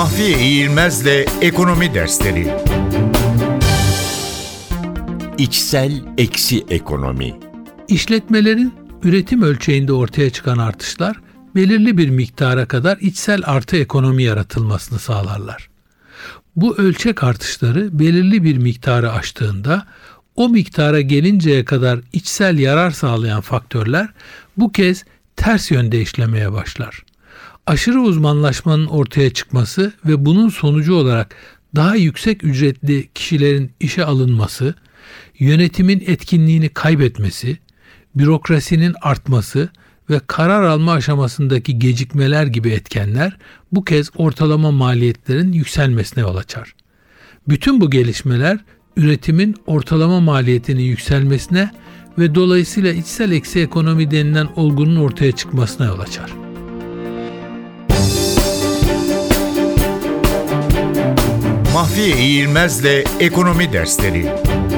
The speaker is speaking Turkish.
Mahfiye İğilmez'le Ekonomi Dersleri. İçsel eksi ekonomi. İşletmelerin üretim ölçeğinde ortaya çıkan artışlar belirli bir miktara kadar içsel artı ekonomi yaratılmasını sağlarlar. Bu ölçek artışları belirli bir miktarı aştığında o miktara gelinceye kadar içsel yarar sağlayan faktörler bu kez ters yönde işlemeye başlar. Aşırı uzmanlaşmanın ortaya çıkması ve bunun sonucu olarak daha yüksek ücretli kişilerin işe alınması, yönetimin etkinliğini kaybetmesi, bürokrasinin artması ve karar alma aşamasındaki gecikmeler gibi etkenler bu kez ortalama maliyetlerin yükselmesine yol açar. Bütün bu gelişmeler üretimin ortalama maliyetinin yükselmesine ve dolayısıyla içsel eksi ekonomi denilen olgunun ortaya çıkmasına yol açar. Mahfiye İğilmez'le Ekonomi Dersleri.